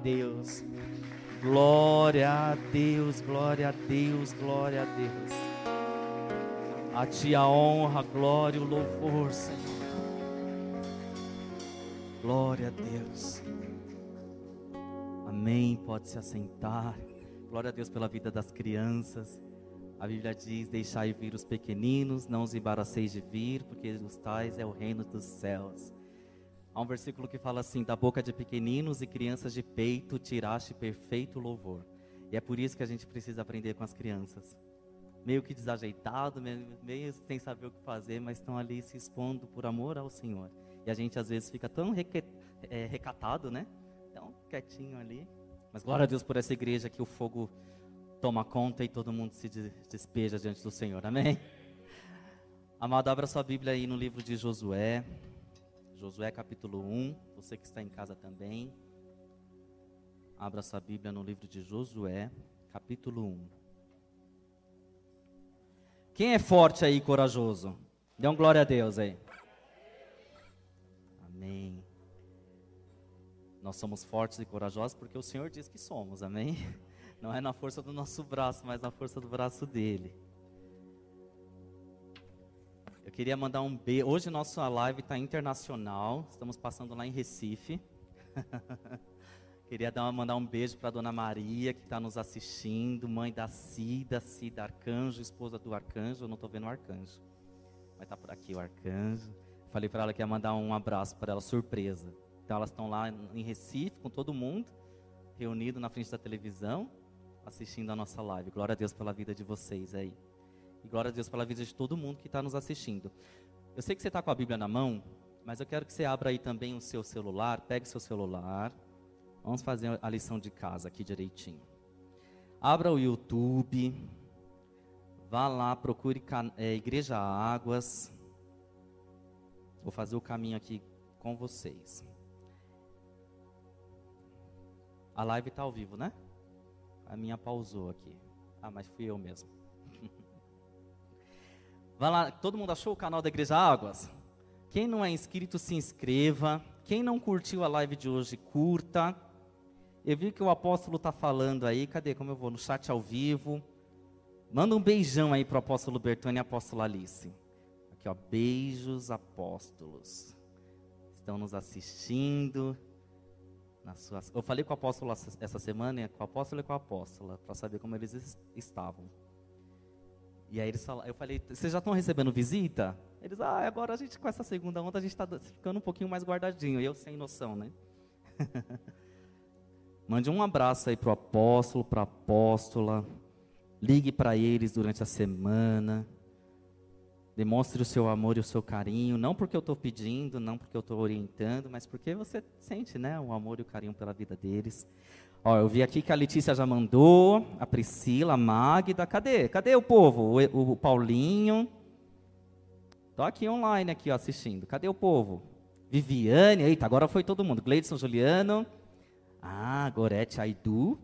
Deus. Glória a Deus, glória a Deus, glória a Deus. A Ti a honra, a glória e o louvor, Senhor. Glória a Deus. Amém, pode se assentar. Glória a Deus pela vida das crianças. A Bíblia diz, deixai vir os pequeninos, não os embaraceis de vir, porque os tais é o reino dos céus. Há um versículo que fala assim, da boca de pequeninos e crianças de peito, tiraste perfeito louvor. E é por isso que a gente precisa aprender com as crianças. Meio que desajeitado, meio sem saber o que fazer, mas estão ali se expondo por amor ao Senhor. E a gente às vezes fica tão recatado, né? Tão quietinho ali. Mas glória a Deus por essa igreja que o fogo toma conta e todo mundo se despeja diante do Senhor. Amém? Amado, abra sua Bíblia aí no livro de Josué. Josué capítulo 1, você que está em casa também. Abra sua Bíblia no livro de Josué, capítulo 1. Quem é forte aí, corajoso? Dê um glória a Deus aí. Amém. Nós somos fortes e corajosos porque o Senhor diz que somos, amém? Não é na força do nosso braço, mas na força do braço dele. Eu queria mandar um beijo. Hoje nossa live está internacional. Estamos passando lá em Recife. Queria mandar um beijo para a Dona Maria, que está nos assistindo. Mãe da Cida Arcanjo, esposa do Arcanjo. Eu não estou vendo o Arcanjo, mas está por aqui o Arcanjo. Falei para ela que ia mandar um abraço para ela, surpresa. Então elas estão lá em Recife, com todo mundo, reunido na frente da televisão, assistindo a nossa live. Glória a Deus pela vida de vocês aí. E glória a Deus pela vida de todo mundo que está nos assistindo. Eu sei que você está com a Bíblia na mão, mas eu quero que você abra aí também o seu celular. Pegue seu celular. Vamos fazer a lição de casa aqui direitinho. Abra o YouTube. Vá lá, procure Igreja Águas. Vou fazer o caminho aqui com vocês. A live está ao vivo, né? A minha pausou aqui. Ah, mas fui eu mesmo. Vai lá, todo mundo achou o canal da Igreja Águas? Quem não é inscrito, se inscreva. Quem não curtiu a live de hoje, curta. Eu vi que o apóstolo está falando aí. Cadê? Como eu vou? No chat ao vivo. Manda um beijão aí para o apóstolo Bertone e a apóstola Alice. Aqui, ó. Beijos, apóstolos. Estão nos assistindo. Eu falei com o apóstolo essa semana, com o apóstolo e com a apóstola, para saber como eles estavam. E aí eu falei, vocês já estão recebendo visita? Eles, agora a gente com essa segunda onda, a gente está ficando um pouquinho mais guardadinho. E eu sem noção, né? Mande um abraço aí para o apóstolo, para a apóstola. Ligue para eles durante a semana. Demonstre o seu amor e o seu carinho. Não porque eu estou pedindo, não porque eu estou orientando, mas porque você sente, né, o amor e o carinho pela vida deles. Ó, eu vi aqui que a Letícia já mandou, a Priscila, a Magda. Cadê o povo? O Paulinho. Tô aqui online, aqui, ó, assistindo. Cadê o povo? Viviane, eita, agora foi todo mundo. Gleidson, Juliano. Gorete, Aidu.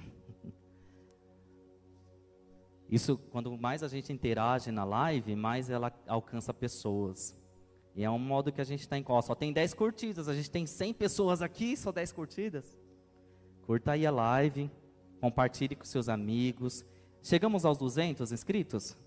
Isso, quando mais a gente interage na live, mais ela alcança pessoas. E é um modo que a gente está em qual? Só tem 10 curtidas, a gente tem 100 pessoas aqui, só 10 curtidas. Curta aí a live, compartilhe com seus amigos. Chegamos aos 200 inscritos?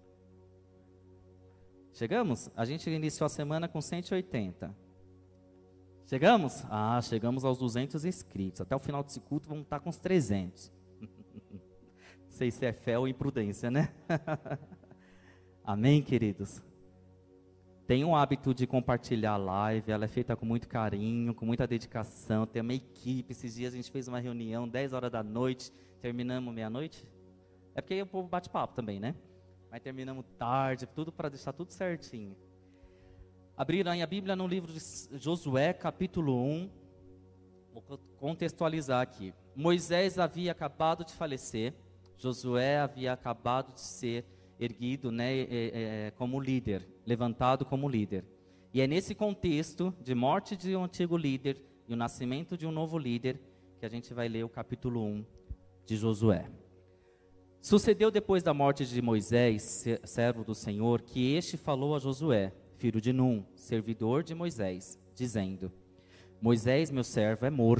Chegamos? A gente iniciou a semana com 180. Chegamos? Chegamos aos 200 inscritos. Até o final desse culto vamos estar com uns 300. Não sei se é fé ou imprudência, né? Amém, queridos? Tem um hábito de compartilhar a live, ela é feita com muito carinho, com muita dedicação, tem uma equipe. Esses dias a gente fez uma reunião, 10 horas da noite, terminamos meia-noite. É porque aí o povo bate papo também, né? Mas terminamos tarde, tudo para deixar tudo certinho. Abriram aí a Bíblia no livro de Josué, capítulo 1. Vou contextualizar aqui. Moisés havia acabado de falecer, Josué havia acabado de ser erguido, né, como líder, levantado como líder. E é nesse contexto de morte de um antigo líder e o nascimento de um novo líder que a gente vai ler o capítulo 1 de Josué. Sucedeu depois da morte de Moisés, servo do Senhor, que este falou a Josué, filho de Num, servidor de Moisés, dizendo: Moisés, meu servo, é morto.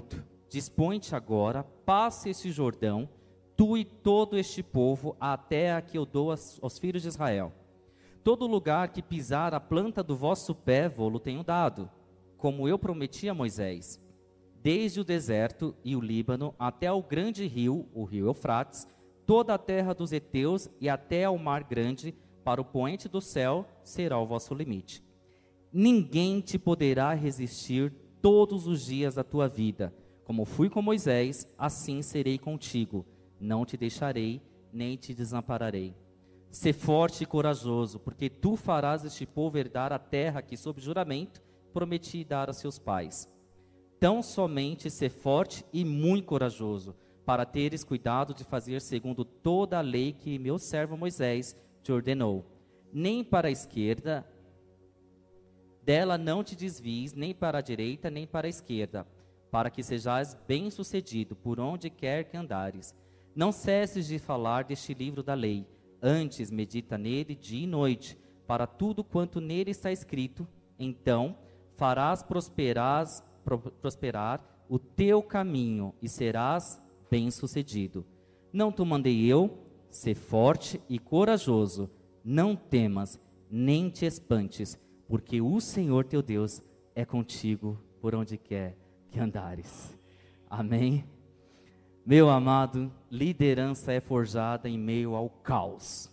Dispõe-te agora, passe este Jordão, tu e todo este povo, à terra que eu dou aos filhos de Israel. Todo lugar que pisar a planta do vosso pé, vou-lo tenho dado, como eu prometi a Moisés. Desde o deserto e o Líbano até o grande rio, o rio Eufrates, toda a terra dos heteus e até ao mar grande, para o poente do céu, será o vosso limite. Ninguém te poderá resistir todos os dias da tua vida. Como fui com Moisés, assim serei contigo. Não te deixarei, nem te desampararei. Sê forte e corajoso, porque tu farás este povo herdar a terra que, sob juramento, prometi dar a seus pais. Tão somente sê forte e muito corajoso, para teres cuidado de fazer segundo toda a lei que meu servo Moisés te ordenou. Nem para a esquerda dela não te desvies, nem para a direita, nem para a esquerda, para que sejais bem-sucedido por onde quer que andares. Não cesses de falar deste livro da lei, antes medita nele dia e noite, para tudo quanto nele está escrito, então farás prosperar o teu caminho e serás bem-sucedido. Não te mandei eu, sê forte e corajoso, não temas, nem te espantes, porque o Senhor teu Deus é contigo por onde quer que andares. Amém? Meu amado, liderança é forjada em meio ao caos.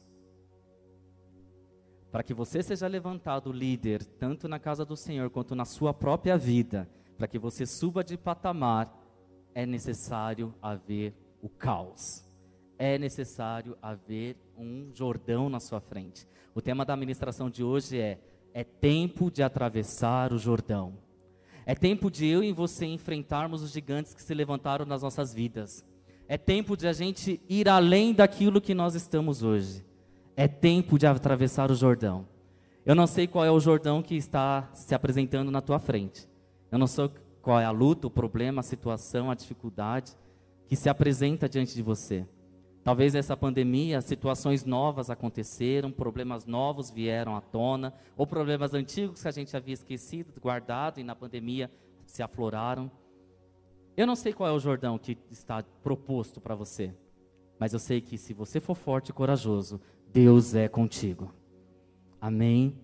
Para que você seja levantado líder, tanto na casa do Senhor quanto na sua própria vida, para que você suba de patamar, é necessário haver o caos. É necessário haver um Jordão na sua frente. O tema da ministração de hoje é tempo de atravessar o Jordão. É tempo de eu e você enfrentarmos os gigantes que se levantaram nas nossas vidas. É tempo de a gente ir além daquilo que nós estamos hoje. É tempo de atravessar o Jordão. Eu não sei qual é o Jordão que está se apresentando na tua frente. Eu não sei qual é a luta, o problema, a situação, a dificuldade que se apresenta diante de você. Talvez essa pandemia, situações novas aconteceram, problemas novos vieram à tona, ou problemas antigos que a gente havia esquecido, guardado, e na pandemia se afloraram. Eu não sei qual é o Jordão que está proposto para você, mas eu sei que se você for forte e corajoso, Deus é contigo. Amém?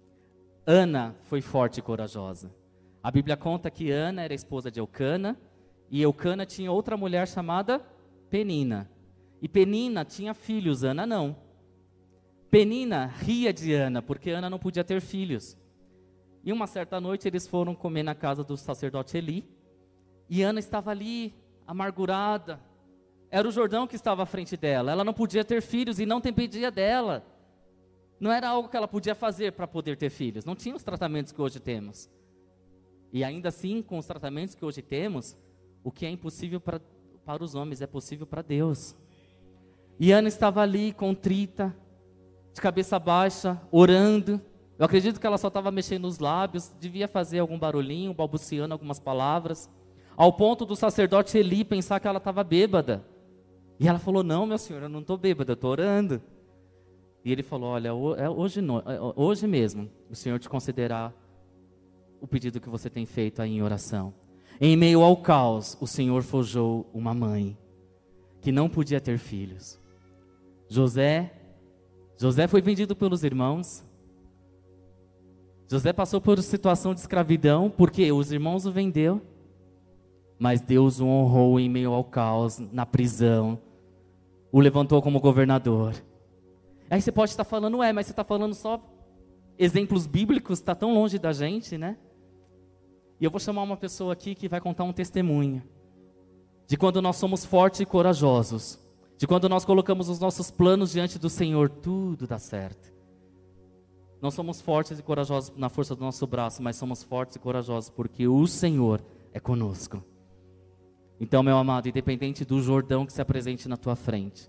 Ana foi forte e corajosa. A Bíblia conta que Ana era esposa de Eucana, e Eucana tinha outra mulher chamada Penina. E Penina tinha filhos, Ana não. Penina ria de Ana, porque Ana não podia ter filhos. E uma certa noite eles foram comer na casa do sacerdote Eli, e Ana estava ali, amargurada. Era o Jordão que estava à frente dela, ela não podia ter filhos e não dependia dela. Não era algo que ela podia fazer para poder ter filhos, não tinha os tratamentos que hoje temos. E ainda assim, com os tratamentos que hoje temos, o que é impossível para os homens é possível para Deus. E Ana estava ali, contrita, de cabeça baixa, orando. Eu acredito que ela só estava mexendo os lábios, devia fazer algum barulhinho, balbuciando algumas palavras, ao ponto do sacerdote Eli pensar que ela estava bêbada. E ela falou, não, meu senhor, eu não estou bêbada, eu estou orando. E ele falou, olha, hoje mesmo, o Senhor te concederá o pedido que você tem feito aí em oração. Em meio ao caos, o Senhor forjou uma mãe que não podia ter filhos. José foi vendido pelos irmãos. José passou por situação de escravidão, porque os irmãos o venderam. Mas Deus o honrou em meio ao caos, na prisão. O levantou como governador. Aí você pode estar falando, mas você está falando só exemplos bíblicos, está tão longe da gente, né? E eu vou chamar uma pessoa aqui que vai contar um testemunho de quando nós somos fortes e corajosos, de quando nós colocamos os nossos planos diante do Senhor, tudo dá certo. Não somos fortes e corajosos na força do nosso braço, mas somos fortes e corajosos porque o Senhor é conosco. Então, meu amado, independente do Jordão que se apresente na tua frente,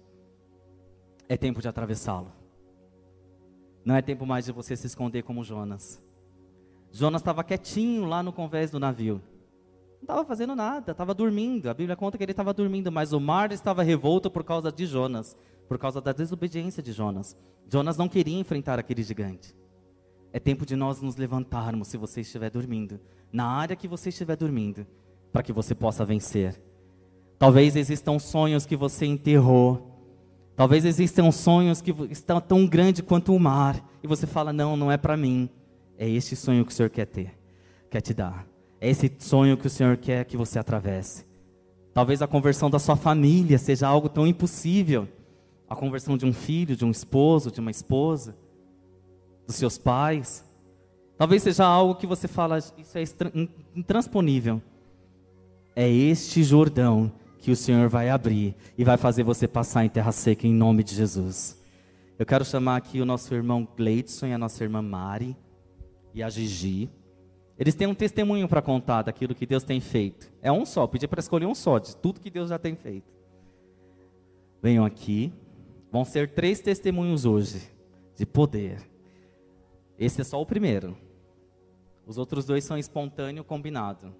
é tempo de atravessá-lo. Não é tempo mais de você se esconder como Jonas. Jonas estava quietinho lá no convés do navio. Não estava fazendo nada, estava dormindo. A Bíblia conta que ele estava dormindo, mas o mar estava revolto por causa de Jonas, por causa da desobediência de Jonas. Jonas não queria enfrentar aquele gigante. É tempo de nós nos levantarmos se você estiver dormindo. Na área que você estiver dormindo, para que você possa vencer. Talvez existam sonhos que você enterrou. Talvez existam sonhos que estão tão grandes quanto o mar. E você fala, não, não é para mim. É este sonho que o Senhor quer te dar. É esse sonho que o Senhor quer que você atravesse. Talvez a conversão da sua família seja algo tão impossível. A conversão de um filho, de um esposo, de uma esposa, dos seus pais. Talvez seja algo que você fala, isso é intransponível. É este Jordão que o Senhor vai abrir e vai fazer você passar em terra seca em nome de Jesus. Eu quero chamar aqui o nosso irmão Gleidson e a nossa irmã Mari e a Gigi. Eles têm um testemunho para contar daquilo que Deus tem feito. É um só, pedi para escolher um só, de tudo que Deus já tem feito. Venham aqui. Vão ser 3 testemunhos hoje, de poder. Esse é só o primeiro. Os outros 2 são espontâneo, combinado.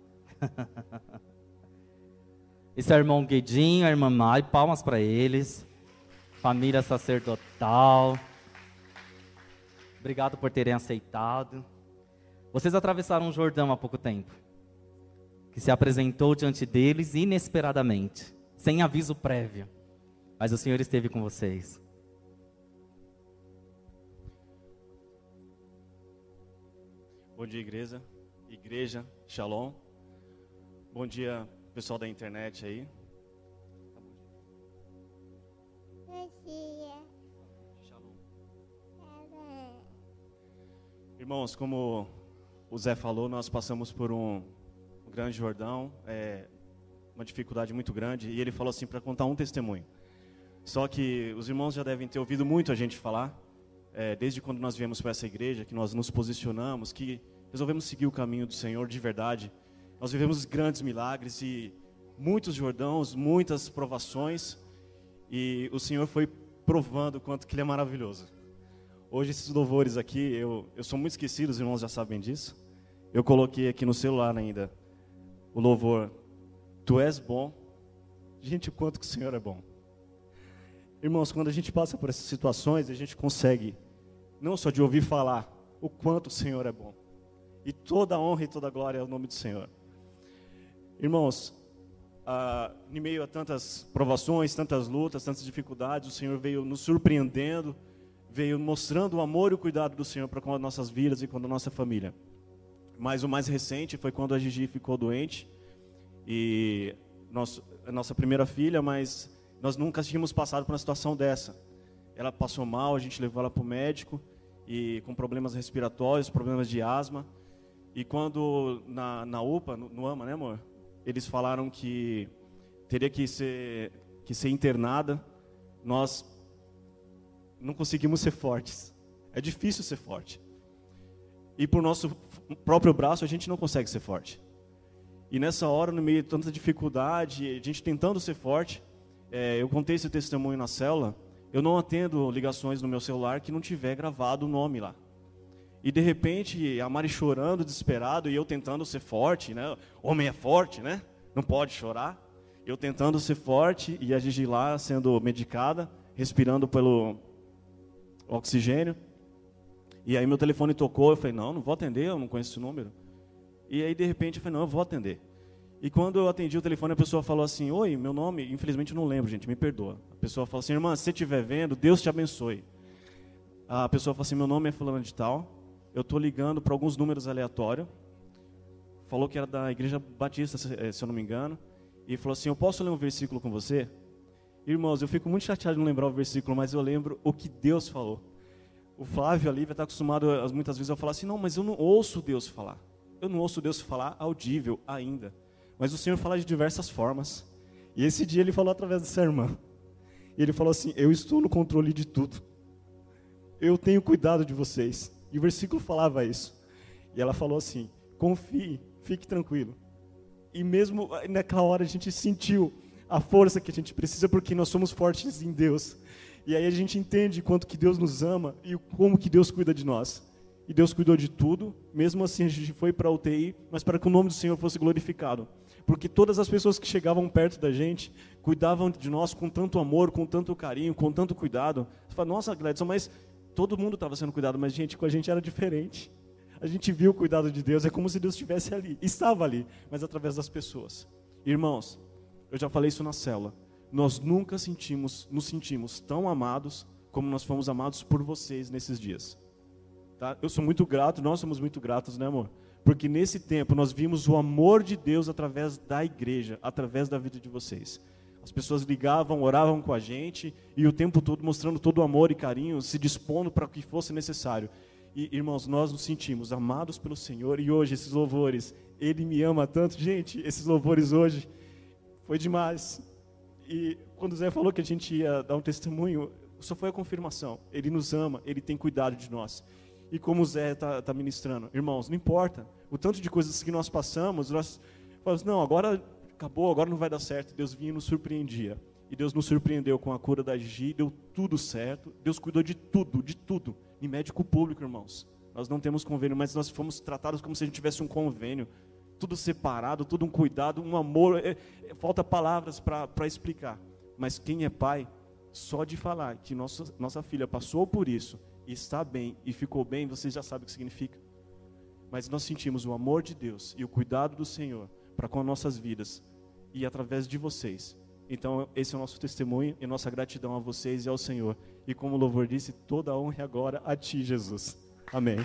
Esse é o irmão Guedinho, a irmã Mari, palmas para eles. Família sacerdotal. Obrigado por terem aceitado. Vocês atravessaram o Jordão há pouco tempo, que se apresentou diante deles inesperadamente, sem aviso prévio. Mas o Senhor esteve com vocês. Bom dia, igreja, shalom. Bom dia, pessoal da internet aí. Bom dia. Shalom. Irmãos, como o Zé falou, nós passamos por um grande Jordão, uma dificuldade muito grande, e ele falou assim para contar um testemunho. Só que os irmãos já devem ter ouvido muito a gente falar, desde quando nós viemos para essa igreja, que nós nos posicionamos, que resolvemos seguir o caminho do Senhor de verdade. Nós vivemos grandes milagres e muitos Jordãos, muitas provações, e o Senhor foi provando o quanto que Ele é maravilhoso. Hoje esses louvores aqui, eu sou muito esquecido, os irmãos já sabem disso. Eu coloquei aqui no celular ainda o louvor, Tu és bom. Gente, o quanto que o Senhor é bom. Irmãos, quando a gente passa por essas situações, a gente consegue, não só de ouvir falar, o quanto o Senhor é bom. E toda a honra e toda a glória é o nome do Senhor. Irmãos, em meio a tantas provações, tantas lutas, tantas dificuldades, o Senhor veio nos surpreendendo, veio mostrando o amor e o cuidado do Senhor para com as nossas vidas e com a nossa família. Mas o mais recente foi quando a Gigi ficou doente, e a nossa primeira filha, mas nós nunca tínhamos passado por uma situação dessa. Ela passou mal, a gente levou ela para o médico, e com problemas respiratórios, problemas de asma. E quando na UPA, no AMA, né, amor? Eles falaram que teria que ser internada, nós não conseguimos ser fortes. É difícil ser forte. E por nosso próprio braço a gente não consegue ser forte. E nessa hora, no meio de tanta dificuldade, a gente tentando ser forte, eu contei esse testemunho na célula, eu não atendo ligações no meu celular que não tiver gravado o nome lá. E de repente, a Mari chorando, desesperado, e eu tentando ser forte, né? Homem é forte, né? Não pode chorar. Eu tentando ser forte, e a Gigi lá sendo medicada, respirando pelo oxigênio. E aí meu telefone tocou, eu falei, não vou atender, eu não conheço esse número. E aí de repente eu falei, não, eu vou atender. E quando eu atendi o telefone, a pessoa falou assim, oi, meu nome, infelizmente eu não lembro, gente, me perdoa. A pessoa falou assim, irmã, se você estiver vendo, Deus te abençoe. A pessoa falou assim, meu nome é fulano de tal, eu estou ligando para alguns números aleatórios. Falou que era da Igreja Batista, se eu não me engano. E falou assim, eu posso ler um versículo com você? Irmãos, eu fico muito chateado de não lembrar o versículo, mas eu lembro o que Deus falou. O Flávio ali vai estar acostumado, muitas vezes, a falar assim, não, mas eu não ouço Deus falar. Eu não ouço Deus falar audível ainda. Mas o Senhor fala de diversas formas. E esse dia ele falou através dessa irmã. E ele falou assim, eu estou no controle de tudo. Eu tenho cuidado de vocês. E o versículo falava isso. E ela falou assim, confie, fique tranquilo. E mesmo naquela hora a gente sentiu a força que a gente precisa, porque nós somos fortes em Deus. E aí a gente entende quanto que Deus nos ama e como que Deus cuida de nós. E Deus cuidou de tudo, mesmo assim a gente foi para a UTI, mas para que o nome do Senhor fosse glorificado. Porque todas as pessoas que chegavam perto da gente, cuidavam de nós com tanto amor, com tanto carinho, com tanto cuidado. Você fala, nossa, Gladson, mas todo mundo estava sendo cuidado, mas gente, com a gente era diferente. a gente viu o cuidado de Deus, é como se Deus estivesse ali, estava ali, mas através das pessoas. Irmãos, eu já falei isso na célula, nós nunca nos sentimos tão amados como nós fomos amados por vocês nesses dias. Tá? Eu sou muito grato, nós somos muito gratos, né, amor? Porque nesse tempo nós vimos o amor de Deus através da igreja, através da vida de vocês. As pessoas ligavam, oravam com a gente, e o tempo todo mostrando todo o amor e carinho, se dispondo para o que fosse necessário. E, irmãos, nós nos sentimos amados pelo Senhor, e hoje esses louvores, Ele me ama tanto. Gente, esses louvores hoje, foi demais. E quando o Zé falou que a gente ia dar um testemunho, só foi a confirmação. Ele nos ama, Ele tem cuidado de nós. E como o Zé está ministrando, irmãos, não importa, o tanto de coisas que nós passamos, nós falamos, não, agora acabou, agora não vai dar certo. Deus vinha e nos surpreendia. E Deus nos surpreendeu com a cura da Gigi, deu tudo certo. Deus cuidou de tudo. Em médico público, irmãos. Nós não temos convênio, mas nós fomos tratados como se a gente tivesse um convênio. Tudo separado, tudo um cuidado, um amor. Falta palavras para explicar. Mas quem é pai, só de falar que nossa filha passou por isso, e está bem, e ficou bem, vocês já sabem o que significa. Mas nós sentimos o amor de Deus e o cuidado do Senhor para com as nossas vidas, e através de vocês. Então esse é o nosso testemunho e nossa gratidão a vocês e ao Senhor. E como o louvor disse, toda a honra agora a Ti, Jesus. Amém.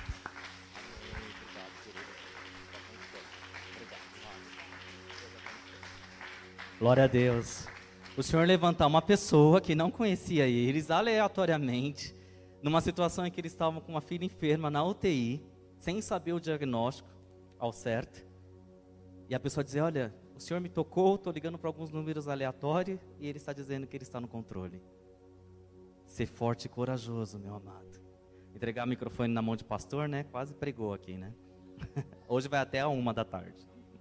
Glória a Deus. O Senhor levantar uma pessoa que não conhecia eles aleatoriamente, numa situação em que eles estavam com uma filha enferma na UTI, sem saber o diagnóstico ao certo, e a pessoa dizer, olha, o Senhor me tocou, estou ligando para alguns números aleatórios, e Ele está dizendo que Ele está no controle. Ser forte e corajoso, meu amado. Entregar o microfone na mão de pastor, né? Quase pregou aqui, né? Hoje vai até a 1h da tarde.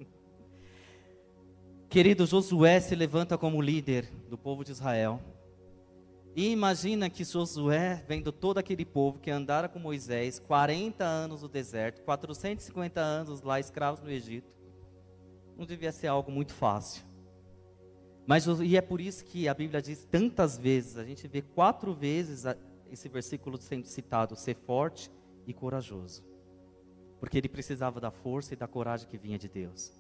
Querido, Josué se levanta como líder do povo de Israel. E imagina que Josué, vendo todo aquele povo que andara com Moisés, 40 anos no deserto, 450 anos lá escravos no Egito, não devia ser algo muito fácil. E é por isso que a Bíblia diz tantas vezes, a gente vê 4 vezes esse versículo sendo citado, ser forte e corajoso. Porque ele precisava da força e da coragem que vinha de Deus.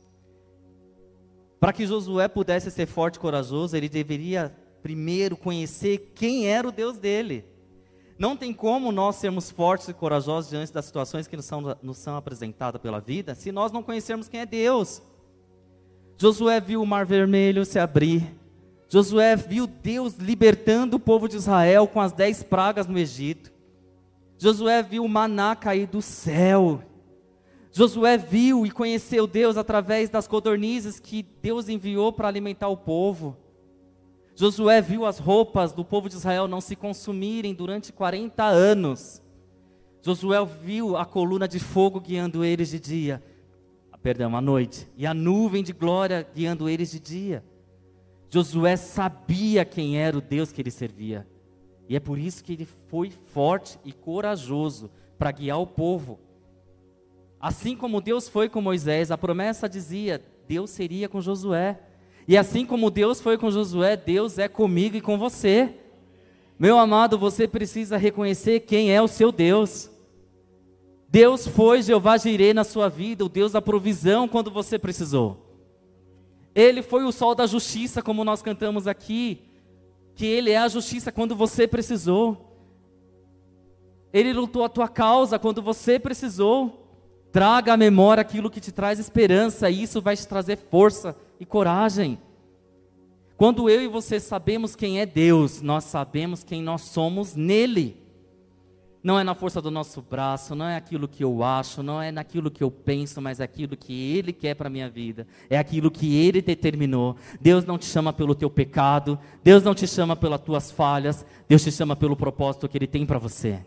Para que Josué pudesse ser forte e corajoso, ele deveria primeiro conhecer quem era o Deus dele. Não tem como nós sermos fortes e corajosos diante das situações que nos são apresentadas pela vida, se nós não conhecermos quem é Deus. Josué viu o Mar Vermelho se abrir. Josué viu Deus libertando o povo de Israel com as 10 pragas no Egito. Josué viu o maná cair do céu. Josué viu e conheceu Deus através das codornizes que Deus enviou para alimentar o povo. Josué viu as roupas do povo de Israel não se consumirem durante 40 anos. Josué viu a coluna de fogo guiando eles de dia, à noite, e a nuvem de glória guiando eles de dia. Josué sabia quem era o Deus que ele servia, e é por isso que ele foi forte e corajoso para guiar o povo. Assim como Deus foi com Moisés, a promessa dizia, Deus seria com Josué. E assim como Deus foi com Josué, Deus é comigo e com você. Meu amado, você precisa reconhecer quem é o seu Deus. Deus foi Jeová Jireh na sua vida, o Deus da provisão quando você precisou. Ele foi o sol da justiça, como nós cantamos aqui, que Ele é a justiça quando você precisou. Ele lutou a tua causa quando você precisou. Traga à memória aquilo que te traz esperança, e isso vai te trazer força e coragem. Quando eu e você sabemos quem é Deus, nós sabemos quem nós somos nele. Não é na força do nosso braço, não é aquilo que eu acho, não é naquilo que eu penso, mas é aquilo que Ele quer para a minha vida, é aquilo que Ele determinou. Deus não te chama pelo teu pecado, Deus não te chama pelas tuas falhas, Deus te chama pelo propósito que Ele tem para você.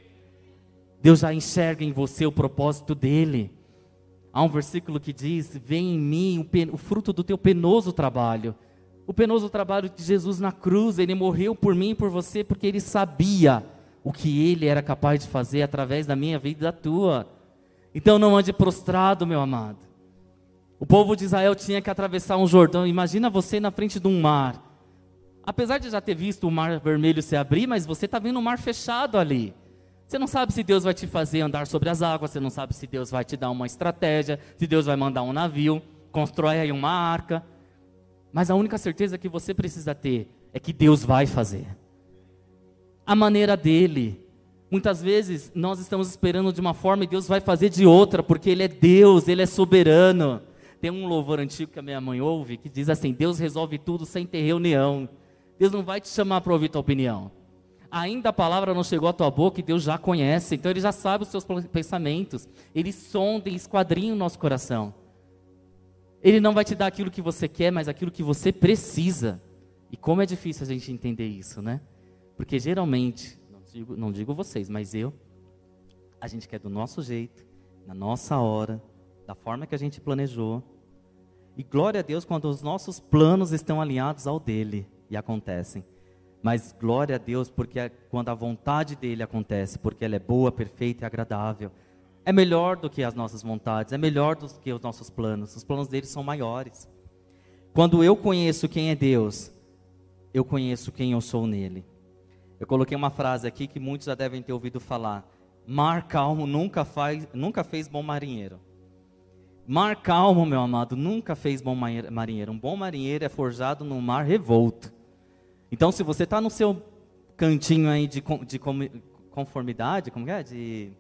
Deus já enxerga em você o propósito dEle. Há um versículo que diz, vem em mim o fruto do teu penoso trabalho. O penoso trabalho de Jesus na cruz, Ele morreu por mim e por você, porque Ele sabia o que Ele era capaz de fazer através da minha vida e da tua. Então não ande prostrado, meu amado. O povo de Israel tinha que atravessar um Jordão. Imagina você na frente de um mar. Apesar de já ter visto o Mar Vermelho se abrir, mas você está vendo o mar fechado ali. Você não sabe se Deus vai te fazer andar sobre as águas, você não sabe se Deus vai te dar uma estratégia, se Deus vai mandar um navio, constrói aí uma arca. Mas a única certeza que você precisa ter é que Deus vai fazer. A maneira dele. Muitas vezes nós estamos esperando de uma forma e Deus vai fazer de outra, porque Ele é Deus, Ele é soberano. Tem um louvor antigo que a minha mãe ouve, que diz assim: Deus resolve tudo sem ter reunião. Deus não vai te chamar para ouvir tua opinião. Ainda a palavra não chegou à tua boca e Deus já conhece, então Ele já sabe os seus pensamentos. Ele sonda e esquadrinha o nosso coração. Ele não vai te dar aquilo que você quer, mas aquilo que você precisa. E como é difícil a gente entender isso, né? Porque geralmente, não digo vocês, mas a gente quer do nosso jeito, na nossa hora, da forma que a gente planejou. E glória a Deus quando os nossos planos estão alinhados ao dele e acontecem. Mas glória a Deus porque quando a vontade dele acontece, porque ela é boa, perfeita e agradável. É melhor do que as nossas vontades, é melhor do que os nossos planos. Os planos dele são maiores. Quando eu conheço quem é Deus, eu conheço quem eu sou nele. Eu coloquei uma frase aqui que muitos já devem ter ouvido falar: mar calmo nunca fez bom marinheiro. Mar calmo, meu amado, nunca fez bom marinheiro. Um bom marinheiro é forjado no mar revolto. Então, se você está no seu cantinho aí de conformidade, como que é? De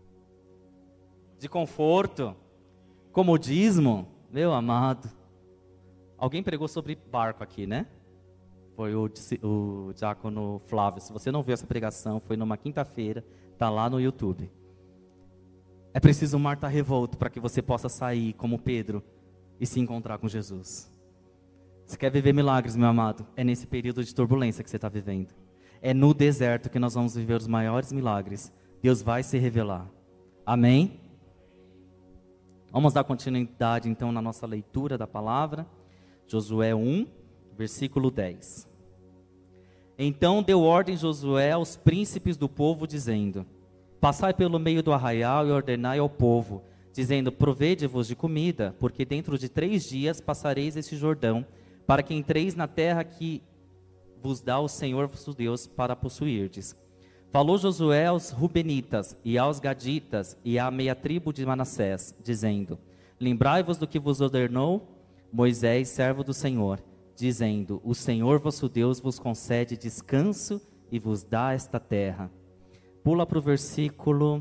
conforto, comodismo, meu amado. Alguém pregou sobre barco aqui, né? Foi o diácono Flávio. Se você não viu essa pregação, foi numa quinta-feira, está lá no YouTube. É preciso o mar estar revolto para que você possa sair como Pedro e se encontrar com Jesus. Você quer viver milagres, meu amado? É nesse período de turbulência que você está vivendo. É no deserto que nós vamos viver os maiores milagres. Deus vai se revelar. Amém? Vamos dar continuidade então na nossa leitura da palavra. Josué 1, versículo 10. Então deu ordem Josué aos príncipes do povo, dizendo: passai pelo meio do arraial e ordenai ao povo, dizendo: provede-vos de comida, porque dentro de 3 dias passareis este Jordão, para que entreis na terra que vos dá o Senhor vosso Deus para possuirdes. Falou Josué aos Rubenitas e aos Gaditas e à meia tribo de Manassés, dizendo: lembrai-vos do que vos ordenou Moisés, servo do Senhor, dizendo: o Senhor vosso Deus vos concede descanso e vos dá esta terra. Pula para o versículo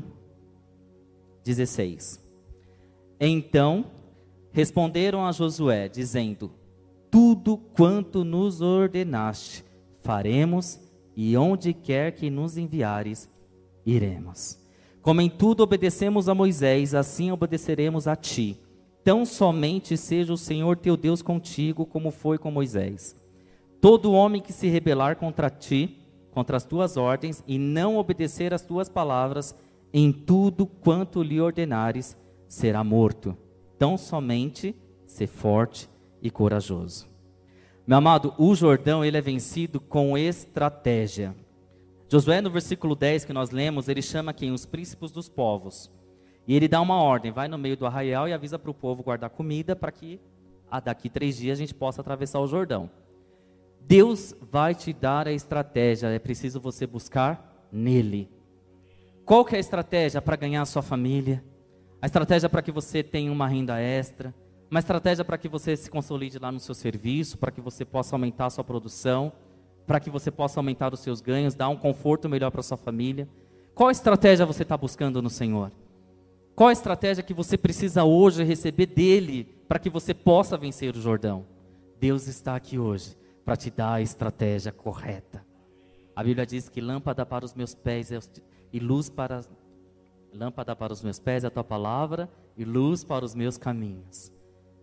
16. Então responderam a Josué, dizendo: tudo quanto nos ordenaste, faremos, e onde quer que nos enviares, iremos. Como em tudo obedecemos a Moisés, assim obedeceremos a ti. Tão somente seja o Senhor teu Deus contigo, como foi com Moisés. Todo homem que se rebelar contra ti, contra as tuas ordens, e não obedecer às tuas palavras, em tudo quanto lhe ordenares, será morto. Tão somente ser forte e corajoso. Meu amado, o Jordão, ele é vencido com estratégia. Josué, no versículo 10 que nós lemos, ele chama quem? Os príncipes dos povos. E ele dá uma ordem: vai no meio do arraial e avisa para o povo guardar comida, para que daqui 3 dias a gente possa atravessar o Jordão. Deus vai te dar a estratégia, é preciso você buscar nele. Qual que é a estratégia para ganhar a sua família? A estratégia para que você tenha uma renda extra? Uma estratégia para que você se consolide lá no seu serviço, para que você possa aumentar a sua produção, para que você possa aumentar os seus ganhos, dar um conforto melhor para a sua família. Qual estratégia você está buscando no Senhor? Qual a estratégia que você precisa hoje receber dele, para que você possa vencer o Jordão? Deus está aqui hoje para te dar a estratégia correta. A Bíblia diz que lâmpada para os meus pés e luz para... Lâmpada para os meus pés é a tua palavra e luz para os meus caminhos.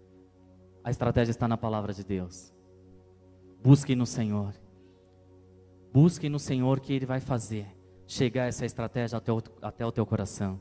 A estratégia está na palavra de Deus. Busque no Senhor. Busque no Senhor, que Ele vai fazer chegar essa estratégia até o teu coração.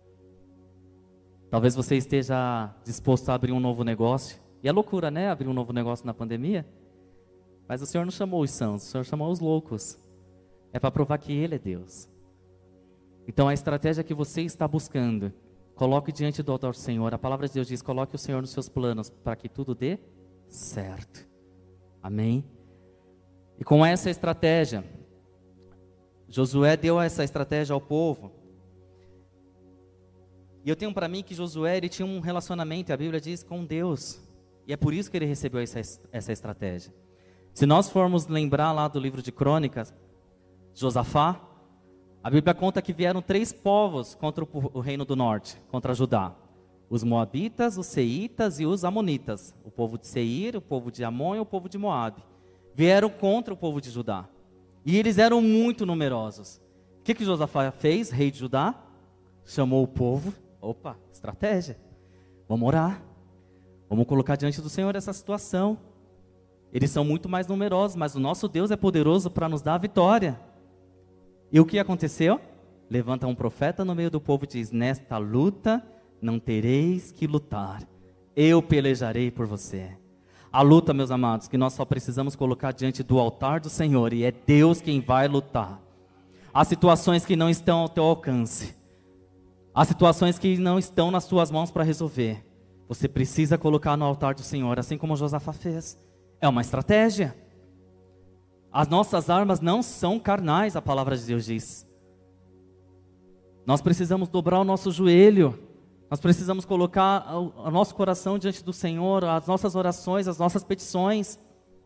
Talvez você esteja disposto a abrir um novo negócio. E é loucura, né? Abrir um novo negócio na pandemia. Mas o Senhor não chamou os sãos, o Senhor chamou os loucos. É para provar que Ele é Deus. Então a estratégia que você está buscando, coloque diante do altar do Senhor. A palavra de Deus diz: coloque o Senhor nos seus planos, para que tudo dê certo. Amém? E com essa estratégia, Josué deu essa estratégia ao povo. E eu tenho para mim que Josué, ele tinha um relacionamento, a Bíblia diz, com Deus. E é por isso que ele recebeu essa estratégia. Se nós formos lembrar lá do livro de Crônicas, Josafá, a Bíblia conta que vieram 3 povos contra o reino do norte, contra Judá. Os moabitas, os seítas e os amonitas. O povo de Seir, o povo de Amon e o povo de Moabe. Vieram contra o povo de Judá. E eles eram muito numerosos. O que Josafá fez, rei de Judá? Chamou o povo. Opa, estratégia. Vamos orar. Vamos colocar diante do Senhor essa situação. Eles são muito mais numerosos, mas o nosso Deus é poderoso para nos dar a vitória. E o que aconteceu? Levanta um profeta no meio do povo e diz: nesta luta não tereis que lutar. Eu pelejarei por você. A luta, meus amados, que nós só precisamos colocar diante do altar do Senhor, e é Deus quem vai lutar. Há situações que não estão ao teu alcance. Há situações que não estão nas tuas mãos para resolver. Você precisa colocar no altar do Senhor, assim como Josafá fez. É uma estratégia. As nossas armas não são carnais, a palavra de Deus diz. Nós precisamos dobrar o nosso joelho. Nós precisamos colocar o nosso coração diante do Senhor, as nossas orações, as nossas petições,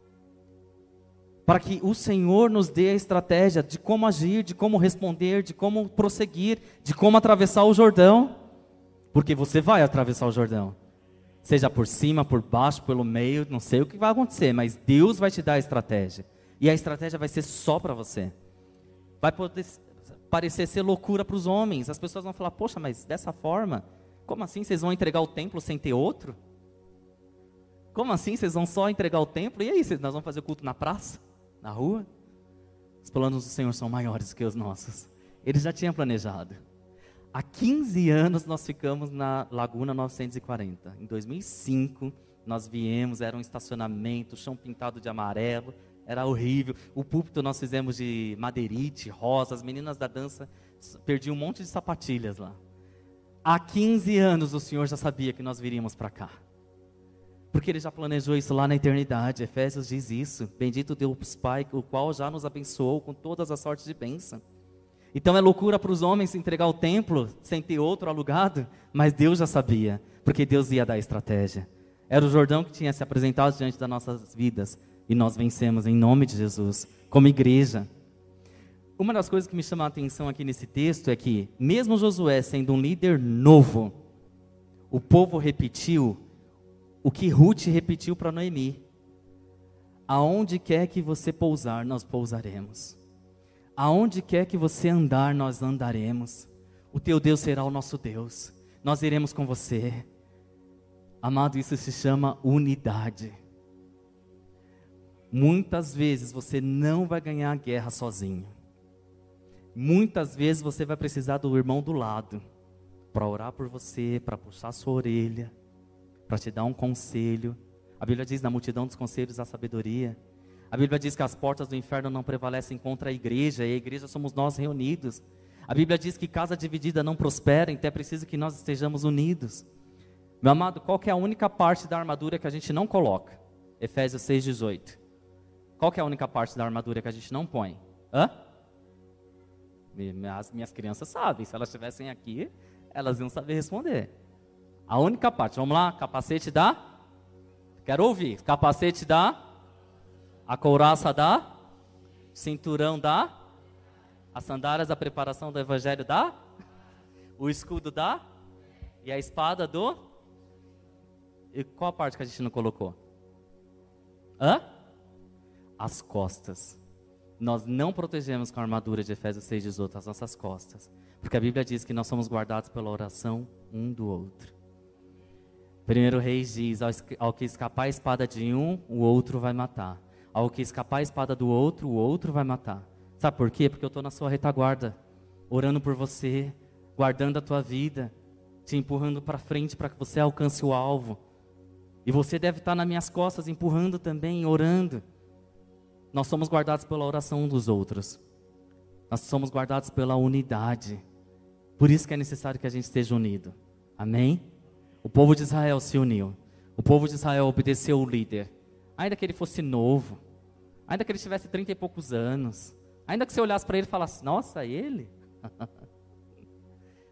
para que o Senhor nos dê a estratégia de como agir, de como responder, de como prosseguir, de como atravessar o Jordão, porque você vai atravessar o Jordão, seja por cima, por baixo, pelo meio, não sei o que vai acontecer, mas Deus vai te dar a estratégia, e a estratégia vai ser só para você. Vai poder parecer ser loucura para os homens, as pessoas vão falar: poxa, mas dessa forma, como assim vocês vão entregar o templo sem ter outro? Como assim vocês vão só entregar o templo? E aí, nós vamos fazer o culto na praça? Na rua? Os planos do Senhor são maiores que os nossos. Ele já tinha planejado. Há 15 anos nós ficamos na Laguna 940. Em 2005 nós viemos, era um estacionamento, chão pintado de amarelo, era horrível. O púlpito nós fizemos de madeirite, rosa, as meninas da dança perdiam um monte de sapatilhas lá. Há 15 anos o Senhor já sabia que nós viríamos para cá. Porque Ele já planejou isso lá na eternidade. Efésios diz isso: bendito Deus Pai, o qual já nos abençoou com todas as sortes de bênção. Então é loucura para os homens entregar o templo sem ter outro alugado, mas Deus já sabia, porque Deus ia dar a estratégia. Era o Jordão que tinha se apresentado diante das nossas vidas, e nós vencemos em nome de Jesus, como igreja. Uma das coisas que me chama a atenção aqui nesse texto é que, mesmo Josué sendo um líder novo, o povo repetiu o que Ruth repetiu para Noemi: aonde quer que você pousar, nós pousaremos. Aonde quer que você andar, nós andaremos. O teu Deus será o nosso Deus. Nós iremos com você. Amado, isso se chama unidade. Muitas vezes você não vai ganhar a guerra sozinho. Muitas vezes você vai precisar do irmão do lado para orar por você, para puxar sua orelha, para te dar um conselho. A Bíblia diz: na multidão dos conselhos há sabedoria. A Bíblia diz que as portas do inferno não prevalecem contra a igreja, e a igreja somos nós reunidos. A Bíblia diz que casa dividida não prospera, então é preciso que nós estejamos unidos. Meu amado, qual que é a única parte da armadura que a gente não coloca? Efésios 6,18. Qual que é a única parte da armadura que a gente não põe? As minhas crianças sabem, se elas estivessem aqui, elas iam saber responder. A única parte, vamos lá, capacete dá? Quero ouvir. Capacete dá? A couraça dá? Cinturão dá? As sandálias da preparação do evangelho dá? O escudo dá? E a espada do? E qual a parte que a gente não colocou? As costas. Nós não protegemos com a armadura de Efésios 6,18 as nossas costas, porque a Bíblia diz que nós somos guardados pela oração um do outro. 1 Reis diz: ao que escapar a espada de um, o outro vai matar. Ao que escapar a espada do outro, o outro vai matar. Sabe por quê? Porque eu estou na sua retaguarda, orando por você, guardando a tua vida, te empurrando para frente para que você alcance o alvo. E você deve estar nas minhas costas, empurrando também, orando. Nós somos guardados pela oração um dos outros. Nós somos guardados pela unidade. Por isso que é necessário que a gente esteja unido. Amém? O povo de Israel se uniu. O povo de Israel obedeceu o líder. Ainda que ele fosse novo, ainda que ele tivesse 30 e poucos anos, ainda que você olhasse para ele e falasse: nossa, ele?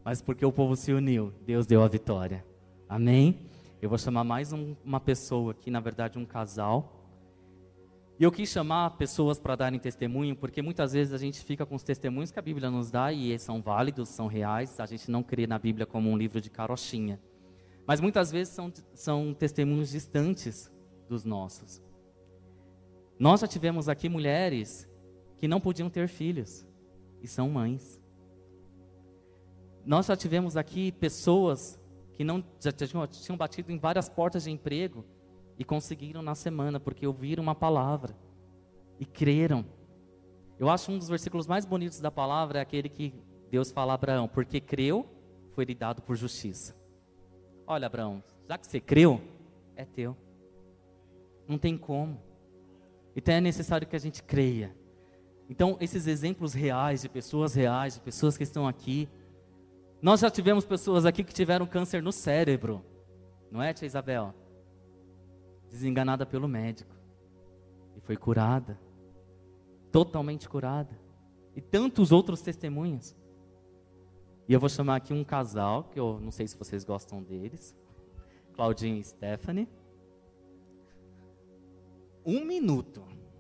mas porque o povo se uniu, Deus deu a vitória. Amém? Eu vou chamar mais uma pessoa aqui, na verdade um casal. E eu quis chamar pessoas para darem testemunho, porque muitas vezes a gente fica com os testemunhos que a Bíblia nos dá e são válidos, são reais. A gente não crê na Bíblia como um livro de carochinha. Mas muitas vezes são testemunhos distantes dos nossos. Nós já tivemos aqui mulheres que não podiam ter filhos e são mães. Nós já tivemos aqui pessoas que já tinham batido em várias portas de emprego e conseguiram na semana, porque ouviram uma palavra e creram. Eu acho um dos versículos mais bonitos da palavra é aquele que Deus fala a Abraão, porque creu, foi-lhe dado por justiça. Olha, Abraão, já que você creu, é teu. Não tem como. Então é necessário que a gente creia. Então, esses exemplos reais, de pessoas que estão aqui. Nós já tivemos pessoas aqui que tiveram câncer no cérebro. Não é, tia Isabel? Desenganada pelo médico. E foi curada. Totalmente curada. E tantos outros testemunhos. E eu vou chamar aqui um casal, que eu não sei se vocês gostam deles. Claudinho e Stephanie. 1 minuto.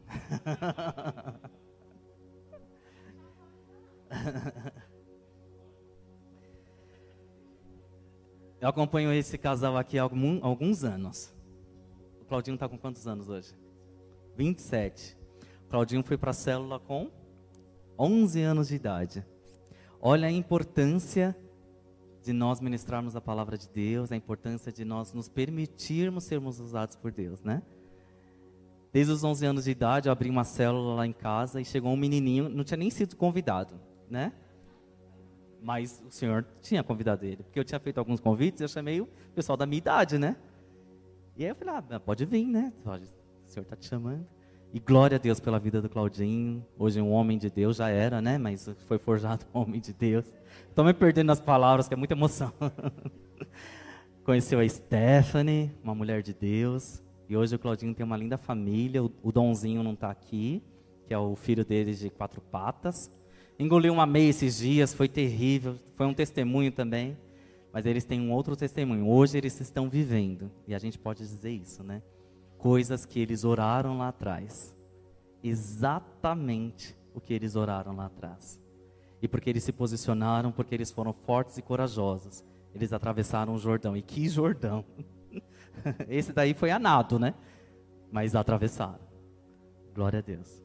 Eu acompanho esse casal aqui há alguns anos. O Claudinho está com quantos anos hoje? 27. O Claudinho foi para a célula com 11 anos de idade. Olha a importância de nós ministrarmos a palavra de Deus, a importância de nós nos permitirmos sermos usados por Deus, né? Desde os 11 anos de idade, eu abri uma célula lá em casa e chegou um menininho, não tinha nem sido convidado, né? Mas o Senhor tinha convidado ele, porque eu tinha feito alguns convites e eu chamei o pessoal da minha idade, né? E aí eu falei, pode vir, né? O Senhor está te chamando. E glória a Deus pela vida do Claudinho. Hoje é um homem de Deus, já era, né? Mas foi forjado um homem de Deus. Estou me perdendo nas palavras, que é muita emoção. Conheceu a Stephanie, uma mulher de Deus. E hoje o Claudinho tem uma linda família. O Donzinho não está aqui, que é o filho deles de 4 patas. Engoliu uma meia esses dias, foi terrível. Foi um testemunho também. Mas eles têm um outro testemunho. Hoje eles estão vivendo. E a gente pode dizer isso, né? Coisas que eles oraram lá atrás. Exatamente o que eles oraram lá atrás. E porque eles se posicionaram, porque eles foram fortes e corajosos. Eles atravessaram o Jordão. E que Jordão! Esse daí foi a nado, né? Mas atravessaram. Glória a Deus.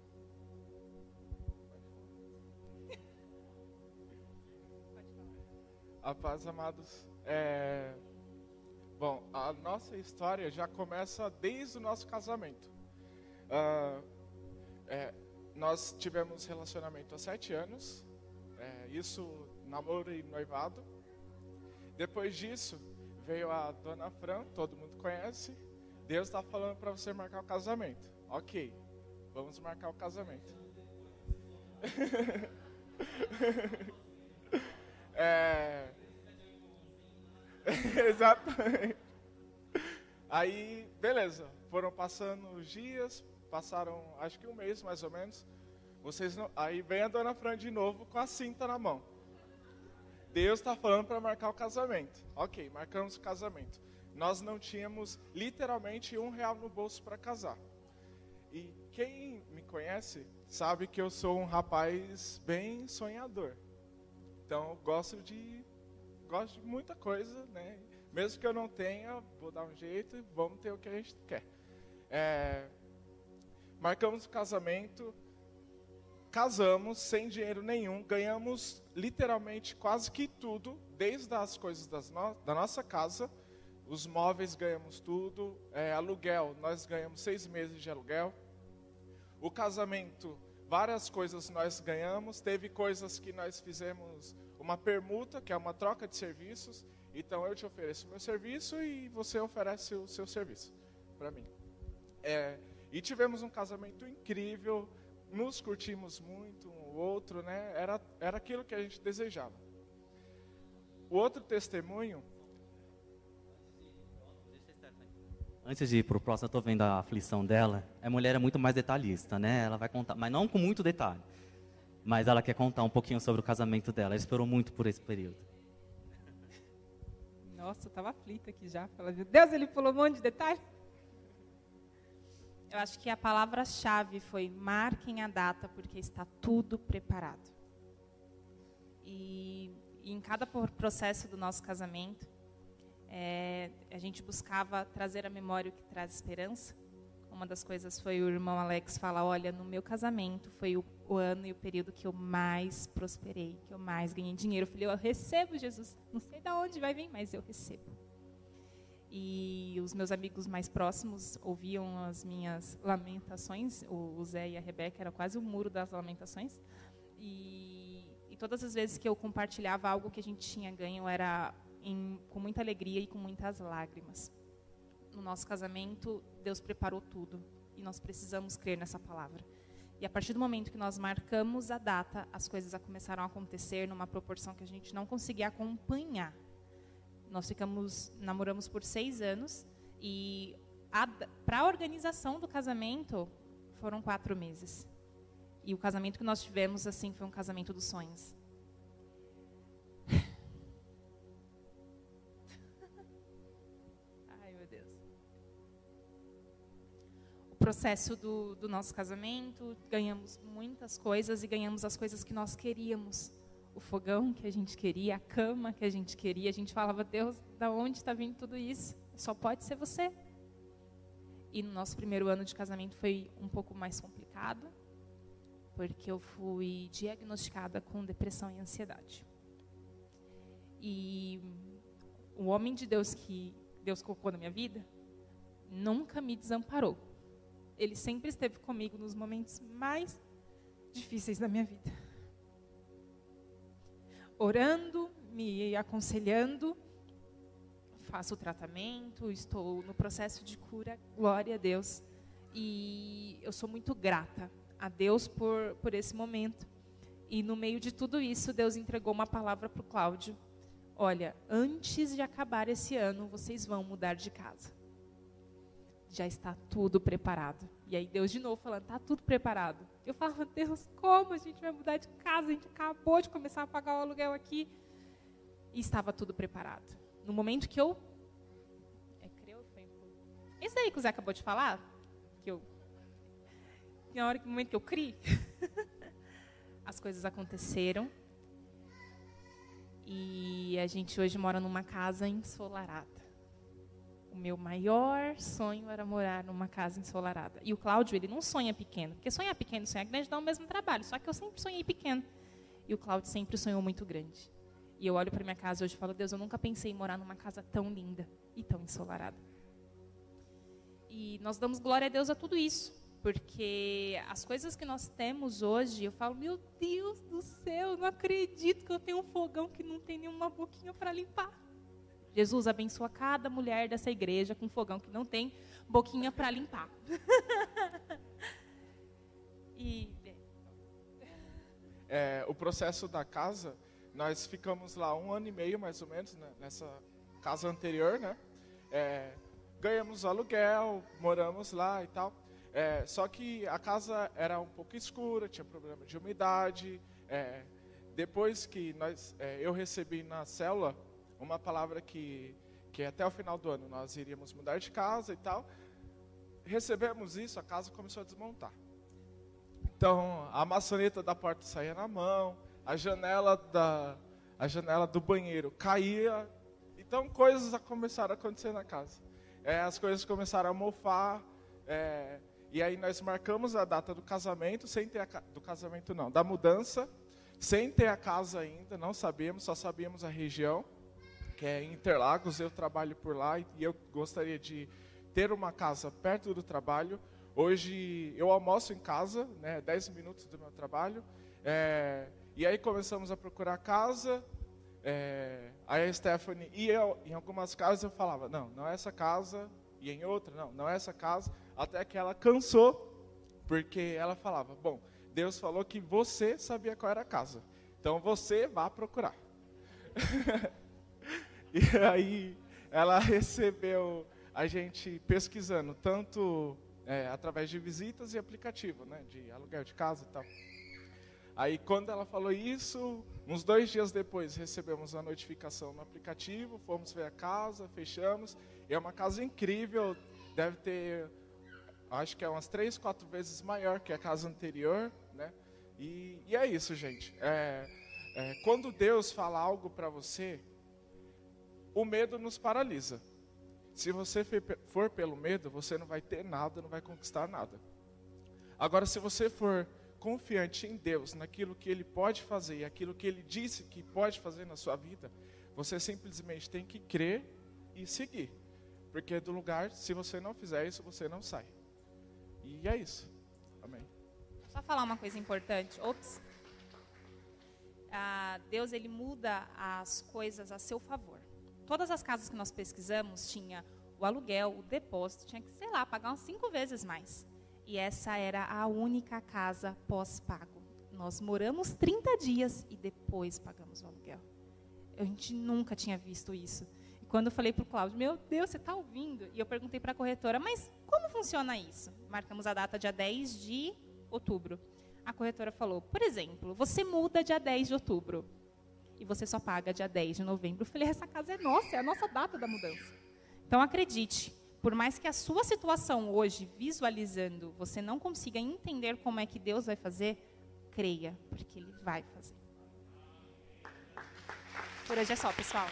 A paz, amados. Bom, a nossa história já começa desde o nosso casamento. Nós tivemos relacionamento há 7 anos. Isso, namoro e noivado. Depois disso, veio a dona Fran, todo mundo conhece. Deus está falando para você marcar o casamento. Ok, vamos marcar o casamento. Exatamente. Aí, beleza. Foram passando os dias, passaram acho que um mês mais ou menos. Aí vem a dona Fran de novo com a cinta na mão. Deus está falando para marcar o casamento. Ok, marcamos o casamento. Nós não tínhamos literalmente R$1 no bolso para casar. E quem me conhece sabe que eu sou um rapaz bem sonhador. Então eu gosto de muita coisa, né? Mesmo que eu não tenha, vou dar um jeito e vamos ter o que a gente quer. Marcamos o casamento, casamos sem dinheiro nenhum, ganhamos literalmente quase que tudo, desde as coisas da nossa casa, os móveis ganhamos tudo, aluguel, nós ganhamos 6 meses de aluguel. O casamento, várias coisas nós ganhamos, teve coisas que nós fizemos uma permuta, que é uma troca de serviços. Então eu te ofereço o meu serviço e você oferece o seu serviço para mim. E tivemos um casamento incrível, nos curtimos muito um ao outro, né? Era aquilo que a gente desejava. O outro testemunho... Antes de ir para o próximo, eu estou vendo a aflição dela. A mulher é muito mais detalhista, né? Ela vai contar, mas não com muito detalhe. Mas ela quer contar um pouquinho sobre o casamento dela. Ela esperou muito por esse período. Nossa, eu estava aflita aqui já. Meu Deus, ele pulou um monte de detalhe. Eu acho que a palavra-chave foi: marquem a data, porque está tudo preparado. E em cada processo do nosso casamento, a gente buscava trazer à memória o que traz esperança. Uma das coisas foi o irmão Alex falar: olha, no meu casamento foi o ano e o período que eu mais prosperei, que eu mais ganhei dinheiro. Eu falei: eu recebo, Jesus, não sei de onde vai vir, mas eu recebo. E os meus amigos mais próximos ouviam as minhas lamentações. O Zé e a Rebeca era quase o muro das lamentações. E todas as vezes que eu compartilhava algo que a gente tinha ganho, era com muita alegria e com muitas lágrimas. No nosso casamento, Deus preparou tudo. E nós precisamos crer nessa palavra. E a partir do momento que nós marcamos a data, as coisas começaram a acontecer numa proporção que a gente não conseguia acompanhar. Nós namoramos por 6 anos. E para a organização do casamento, foram 4 meses. E o casamento que nós tivemos, assim, foi um casamento dos sonhos. Ai, meu Deus. O processo do nosso casamento, ganhamos muitas coisas e ganhamos as coisas que nós queríamos. O fogão que a gente queria, a cama que a gente queria. A gente falava: Deus, da onde está vindo tudo isso? Só pode ser você. E no nosso primeiro ano de casamento foi um pouco mais complicado, porque eu fui diagnosticada com depressão e ansiedade. E o homem de Deus que Deus colocou na minha vida nunca me desamparou. Ele sempre esteve comigo nos momentos mais difíceis da minha vida. Orando, me aconselhando, faço o tratamento, estou no processo de cura, glória a Deus. E eu sou muito grata a Deus por esse momento. E no meio de tudo isso, Deus entregou uma palavra para o Cláudio: olha, antes de acabar esse ano, vocês vão mudar de casa. Já está tudo preparado. E aí Deus de novo falando: está tudo preparado. Eu falava: Deus, como a gente vai mudar de casa? A gente acabou de começar a pagar o aluguel aqui. E estava tudo preparado. No momento que eu... Esse daí que o Zé acabou de falar, no momento que eu criei, as coisas aconteceram. E a gente hoje mora numa casa ensolarada. O meu maior sonho era morar numa casa ensolarada. E o Cláudio, ele não sonha pequeno. Porque sonhar pequeno e sonhar grande dá o mesmo trabalho. Só que eu sempre sonhei pequeno. E o Cláudio sempre sonhou muito grande. E eu olho para minha casa hoje e falo: Deus, eu nunca pensei em morar numa casa tão linda e tão ensolarada. E nós damos glória a Deus a tudo isso. Porque as coisas que nós temos hoje, eu falo: meu Deus do céu, eu não acredito que eu tenho um fogão que não tem nenhuma boquinha para limpar. Jesus abençoa cada mulher dessa igreja com um fogão que não tem boquinha para limpar. O processo da casa, nós ficamos lá 1 ano e meio, mais ou menos, né, nessa casa anterior, né? Ganhamos aluguel, moramos lá e tal. Só que a casa era um pouco escura, tinha problema de umidade. Depois que eu recebi na célula uma palavra que até o final do ano nós iríamos mudar de casa e tal. Recebemos isso, a casa começou a desmontar. Então, a maçaneta da porta saía na mão, a janela do banheiro caía. Então, coisas começaram a acontecer na casa. As coisas começaram a mofar. E aí nós marcamos a data do casamento, sem ter da mudança, sem ter a casa ainda, não sabíamos, só sabíamos a região, que é Interlagos. Eu trabalho por lá e eu gostaria de ter uma casa perto do trabalho. Hoje eu almoço em casa, né, 10 minutos do meu trabalho. E aí começamos a procurar casa. Aí a Stephanie ia em algumas casas, eu falava: não é essa casa. E em outra, não é essa casa. Até que ela cansou, porque ela falava: bom, Deus falou que você sabia qual era a casa, então você vá procurar. E aí ela recebeu a gente pesquisando, tanto através de visitas e aplicativo, né, de aluguel de casa e tal. Aí quando ela falou isso, uns 2 dias depois recebemos a notificação no aplicativo, fomos ver a casa, fechamos. E é uma casa incrível, deve ter, acho que é umas 3, 4 vezes maior que a casa anterior, né? E é isso, gente. Quando Deus fala algo para você, o medo nos paralisa. Se você for pelo medo, você não vai ter nada, não vai conquistar nada. Agora, se você for confiante em Deus, naquilo que Ele pode fazer e aquilo que Ele disse que pode fazer na sua vida, você simplesmente tem que crer e seguir. Porque do lugar, se você não fizer isso, você não sai. E é isso. Amém. Só falar uma coisa importante. Deus, Ele muda as coisas a seu favor. Todas as casas que nós pesquisamos, tinha o aluguel, o depósito, tinha que, pagar umas 5 vezes mais. E essa era a única casa pós-pago. Nós moramos 30 dias e depois pagamos o aluguel. A gente nunca tinha visto isso. E quando eu falei para o Cláudio, meu Deus, você está ouvindo? E eu perguntei para a corretora, mas como funciona isso? Marcamos a data dia 10 de outubro. A corretora falou, por exemplo, você muda dia 10 de outubro e você só paga dia 10 de novembro. Eu falei, essa casa é nossa, é a nossa data da mudança. Então, acredite, por mais que a sua situação hoje, visualizando, você não consiga entender como é que Deus vai fazer, creia, porque Ele vai fazer. Por hoje é só, pessoal.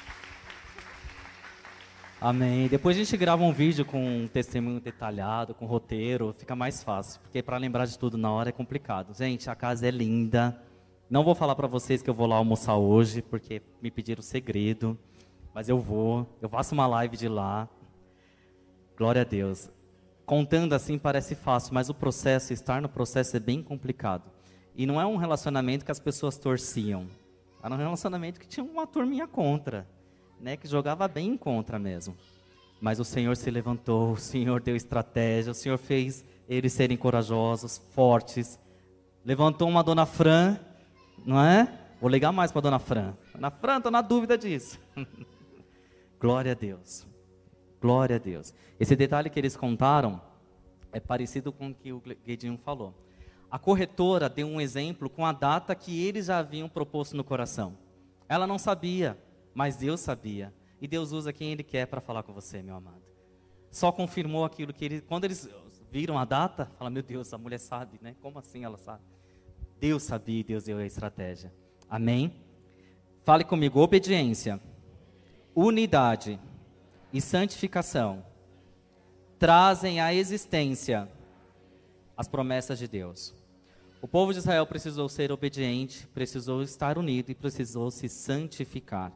Amém. Depois a gente grava um vídeo com um testemunho detalhado, com roteiro, fica mais fácil, porque para lembrar de tudo na hora é complicado. Gente, a casa é linda. Não vou falar para vocês que eu vou lá almoçar hoje, porque me pediram segredo, mas eu faço uma live de lá. Glória a Deus. Contando assim parece fácil, mas estar no processo é bem complicado. E não é um relacionamento que as pessoas torciam. Era um relacionamento que tinha uma turminha contra, né, que jogava bem contra mesmo. Mas o Senhor se levantou, o Senhor deu estratégia, o Senhor fez eles serem corajosos, fortes. Levantou uma Dona Fran, não é? Vou ligar mais para a Dona Fran. Dona Fran, estou na dúvida disso. Glória a Deus. Glória a Deus. Esse detalhe que eles contaram é parecido com o que o Guedinho falou. A corretora deu um exemplo com a data que eles já haviam proposto no coração. Ela não sabia, mas Deus sabia. E Deus usa quem Ele quer para falar com você, meu amado. Só confirmou aquilo que quando eles viram a data, fala, meu Deus, a mulher sabe, né? Como assim ela sabe? Deus sabia e Deus deu a estratégia. Amém? Fale comigo, obediência, unidade e santificação trazem à existência as promessas de Deus. O povo de Israel precisou ser obediente, precisou estar unido e precisou se santificar.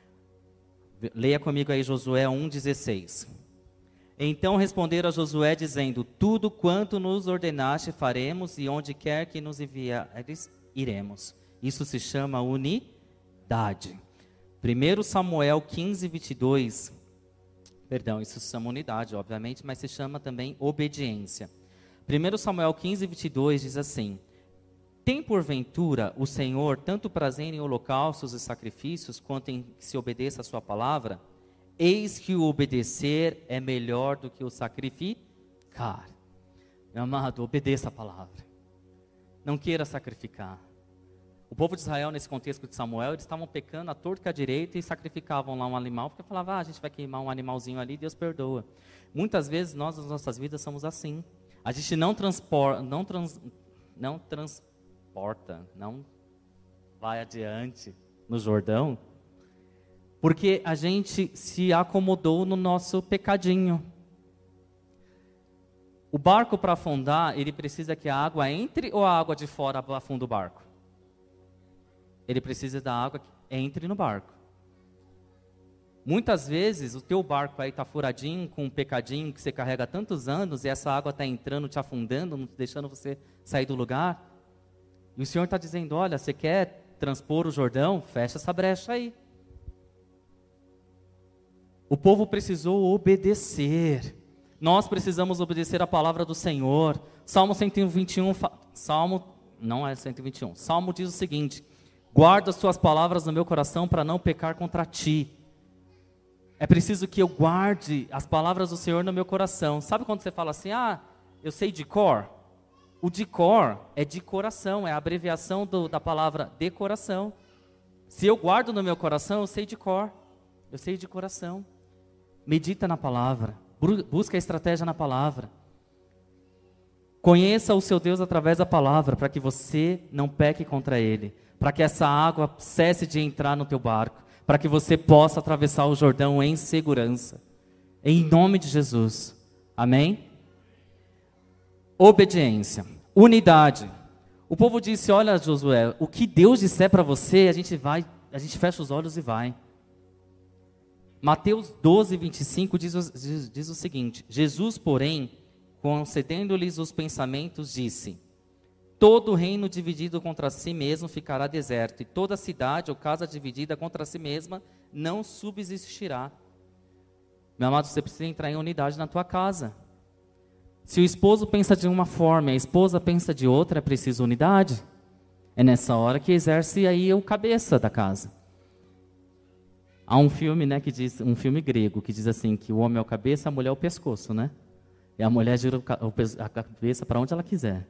Leia comigo aí Josué 1,16. Então responderam a Josué dizendo, tudo quanto nos ordenaste faremos e onde quer que nos enviares, iremos. Isso se chama unidade. 1 Samuel 15:22, perdão, isso se chama unidade, obviamente, mas se chama também obediência. 1 Samuel 15:22 diz assim, tem porventura o Senhor tanto prazer em holocaustos e sacrifícios, quanto em que se obedeça a sua palavra? Eis que o obedecer é melhor do que o sacrificar. Meu amado, obedeça a palavra. Não queira sacrificar. O povo de Israel, nesse contexto de Samuel, eles estavam pecando à torta e à direita e sacrificavam lá um animal, porque falavam, a gente vai queimar um animalzinho ali, Deus perdoa. Muitas vezes nós, nas nossas vidas, somos assim. A gente não vai adiante no Jordão, porque a gente se acomodou no nosso pecadinho. O barco para afundar, ele precisa que a água entre ou a água de fora afunda o barco? Ele precisa da água que entre no barco. Muitas vezes o teu barco aí está furadinho com um pecadinho que você carrega há tantos anos e essa água está entrando, te afundando, não deixando você sair do lugar. E o Senhor está dizendo, olha, você quer transpor o Jordão? Fecha essa brecha aí. O povo precisou obedecer. Nós precisamos obedecer a palavra do Senhor. Salmo 121, Salmo diz o seguinte, guarda as tuas palavras no meu coração para não pecar contra ti. É preciso que eu guarde as palavras do Senhor no meu coração. Sabe quando você fala assim, eu sei de cor? O decor é de coração, é a abreviação da palavra decoração. Se eu guardo no meu coração, eu sei de cor, eu sei de coração. Medita na palavra, busca a estratégia na palavra. Conheça o seu Deus através da palavra, para que você não peque contra Ele, para que essa água cesse de entrar no teu barco, para que você possa atravessar o Jordão em segurança. Em nome de Jesus. Amém? Obediência. Unidade. O povo disse, olha Josué, o que Deus disser para você, a gente fecha os olhos e vai. Mateus 12, 25 diz o seguinte: Jesus, porém, concedendo-lhes os pensamentos, disse: todo reino dividido contra si mesmo ficará deserto, e toda cidade ou casa dividida contra si mesma não subsistirá. Meu amado, você precisa entrar em unidade na tua casa. Se o esposo pensa de uma forma e a esposa pensa de outra, é preciso unidade. É nessa hora que exerce aí o cabeça da casa. Há um filme, né, um filme grego, que diz assim, que o homem é o cabeça, a mulher é o pescoço, né? E a mulher gira a cabeça para onde ela quiser.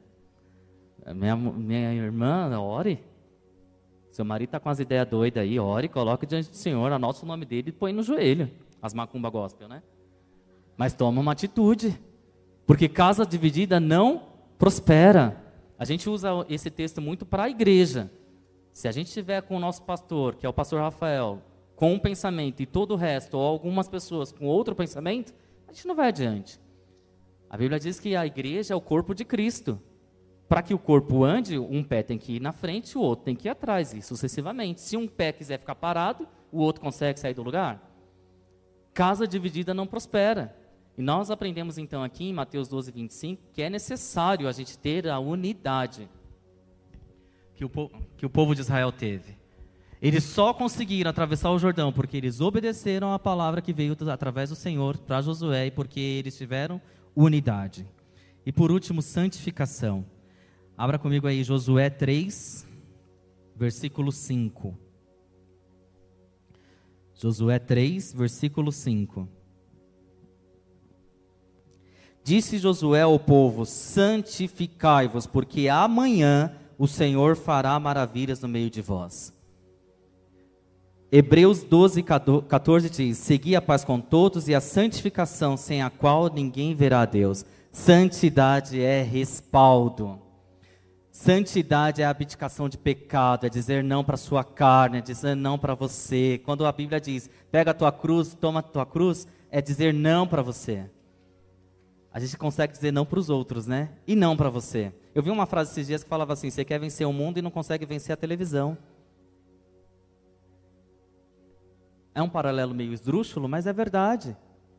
Minha irmã, ore. Seu marido está com as ideias doidas aí, ore, coloque diante do Senhor, anota o nome dele e põe no joelho. As macumba gospel, né? Mas toma uma atitude. Porque casa dividida não prospera. A gente usa esse texto muito para a igreja. Se a gente estiver com o nosso pastor, que é o pastor Rafael, com um pensamento e todo o resto, ou algumas pessoas com outro pensamento, a gente não vai adiante. A Bíblia diz que a igreja é o corpo de Cristo. Para que o corpo ande, um pé tem que ir na frente, o outro tem que ir atrás, e sucessivamente. Se um pé quiser ficar parado, o outro consegue sair do lugar? Casa dividida não prospera. E nós aprendemos então aqui em Mateus 12, 25, que é necessário a gente ter a unidade que o povo de Israel teve. Eles só conseguiram atravessar o Jordão porque eles obedeceram a palavra que veio através do Senhor para Josué e porque eles tiveram unidade. E por último, santificação. Abra comigo aí Josué 3, versículo 5. Josué 3, versículo 5. Disse Josué ao povo: santificai-vos, porque amanhã o Senhor fará maravilhas no meio de vós. Hebreus 12, 14 diz: segui a paz com todos e a santificação, sem a qual ninguém verá a Deus. Santidade é respaldo. Santidade é a abdicação de pecado, é dizer não para a sua carne, é dizer não para você. Quando a Bíblia diz, pega a tua cruz, toma a tua cruz, é dizer não para você. A gente consegue dizer não para os outros, né? E não para você. Eu vi uma frase esses dias que falava assim, você quer vencer o mundo e não consegue vencer a televisão. É um paralelo meio esdrúxulo, mas é verdade.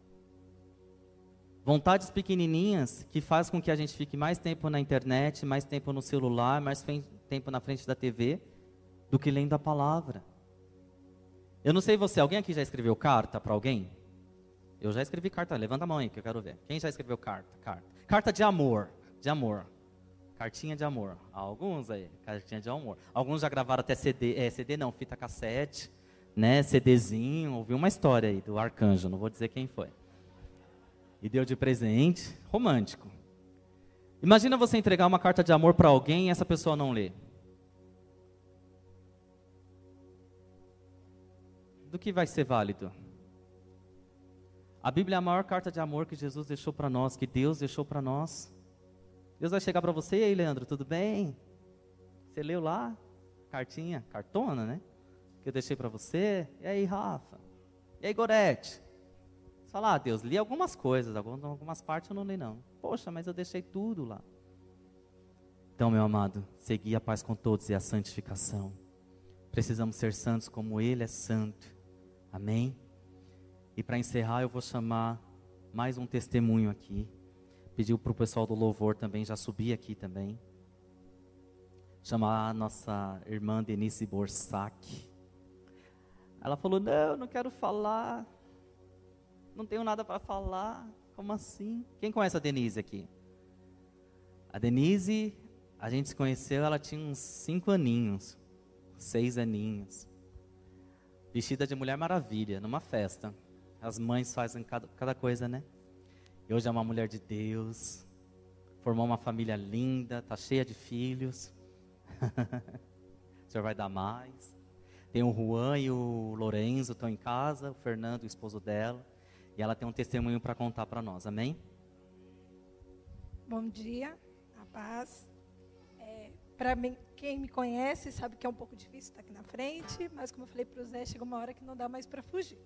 Vontades pequenininhas que faz com que a gente fique mais tempo na internet, mais tempo no celular, mais tempo na frente da TV, do que lendo a palavra. Eu não sei você, alguém aqui já escreveu carta para alguém? Eu já escrevi carta, levanta a mão aí que eu quero ver. Quem já escreveu carta? Carta de amor, Cartinha de amor. Alguns aí, cartinha de amor. Alguns já gravaram até CD não, fita cassete, né, CDzinho, ouvi uma história aí do Arcanjo, não vou dizer quem foi. E deu de presente, romântico. Imagina você entregar uma carta de amor para alguém e essa pessoa não lê. Do que vai ser válido? A Bíblia é a maior carta de amor que Jesus deixou para nós, que Deus deixou para nós. Deus vai chegar para você, e aí, Leandro, tudo bem? Você leu lá? Cartona, né? Que eu deixei para você. E aí, Rafa? E aí, Gorete? Você fala, Deus, li algumas coisas, algumas partes eu não li não. Poxa, mas eu deixei tudo lá. Então, meu amado, segui a paz com todos e a santificação. Precisamos ser santos como Ele é santo. Amém? E para encerrar, eu vou chamar mais um testemunho aqui. Pediu para o pessoal do louvor também, já subir aqui também. Chamar a nossa irmã Denise Borsac. Ela falou, não quero falar. Não tenho nada para falar. Como assim? Quem conhece a Denise aqui? A Denise, a gente se conheceu, ela tinha uns 5 aninhos. 6 aninhos. Vestida de Mulher Maravilha, numa festa. As mães fazem cada coisa, né? E hoje é uma mulher de Deus. formou uma família linda, está cheia de filhos. O Senhor vai dar mais. Tem o Juan e o Lorenzo estão em casa, o Fernando, o esposo dela. E ela tem um testemunho para contar para nós, amém? Bom dia, a paz. Para quem me conhece sabe que é um pouco difícil estar aqui na frente, mas como eu falei para o Zé, chega uma hora que não dá mais para fugir.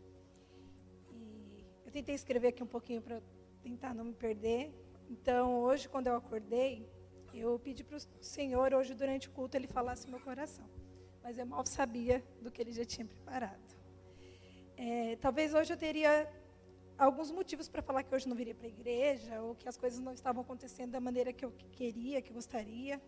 E eu tentei escrever aqui um pouquinho para tentar não me perder. Então, hoje, quando eu acordei, eu pedi para o Senhor, hoje durante o culto, Ele falasse no meu coração. Mas eu mal sabia do que Ele já tinha preparado. Talvez hoje eu teria alguns motivos para falar que hoje não viria para a igreja, ou que as coisas não estavam acontecendo da maneira que eu queria, que eu gostaria.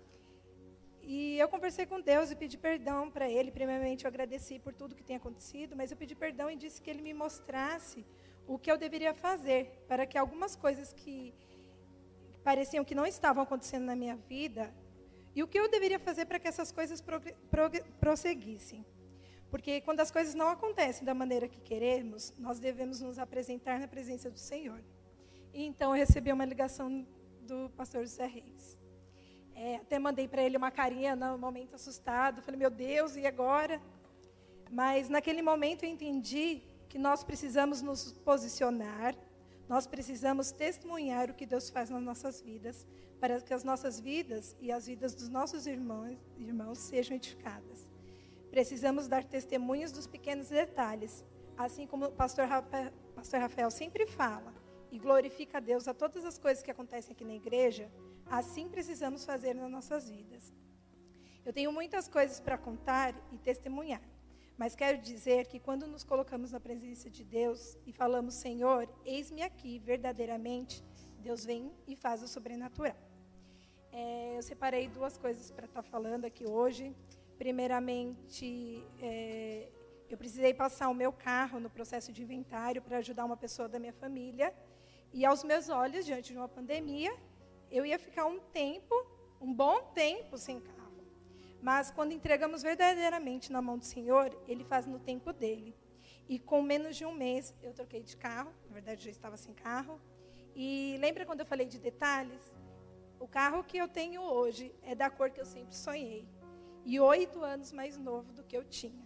E eu conversei com Deus e pedi perdão para Ele. Primeiramente, eu agradeci por tudo que tem acontecido, mas eu pedi perdão e disse que Ele me mostrasse o que eu deveria fazer, para que algumas coisas que pareciam que não estavam acontecendo na minha vida, e o que eu deveria fazer para que essas coisas prosseguissem. Porque quando as coisas não acontecem da maneira que queremos, nós devemos nos apresentar na presença do Senhor. E então eu recebi uma ligação do pastor José Reis. Até mandei para ele uma carinha, no momento assustado. Falei, meu Deus, e agora? Mas naquele momento eu entendi que nós precisamos nos posicionar, nós precisamos testemunhar o que Deus faz nas nossas vidas, para que as nossas vidas e as vidas dos nossos irmãos sejam edificadas. Precisamos dar testemunhos dos pequenos detalhes, assim como o pastor Rafael sempre fala, e glorifica a Deus a todas as coisas que acontecem aqui na igreja. Assim precisamos fazer nas nossas vidas. Eu tenho muitas coisas para contar e testemunhar, mas quero dizer que quando nos colocamos na presença de Deus e falamos, Senhor, eis-me aqui, verdadeiramente, Deus vem e faz o sobrenatural. Eu separei duas coisas para estar falando aqui hoje. Primeiramente, eu precisei passar o meu carro no processo de inventário para ajudar uma pessoa da minha família. E aos meus olhos, diante de uma pandemia, eu ia ficar um bom tempo sem carro. Mas quando entregamos verdadeiramente na mão do Senhor, Ele faz no tempo dEle. E com menos de um mês, eu troquei de carro. Na verdade, eu já estava sem carro. E lembra quando eu falei de detalhes? O carro que eu tenho hoje é da cor que eu sempre sonhei. E 8 anos mais novo do que eu tinha.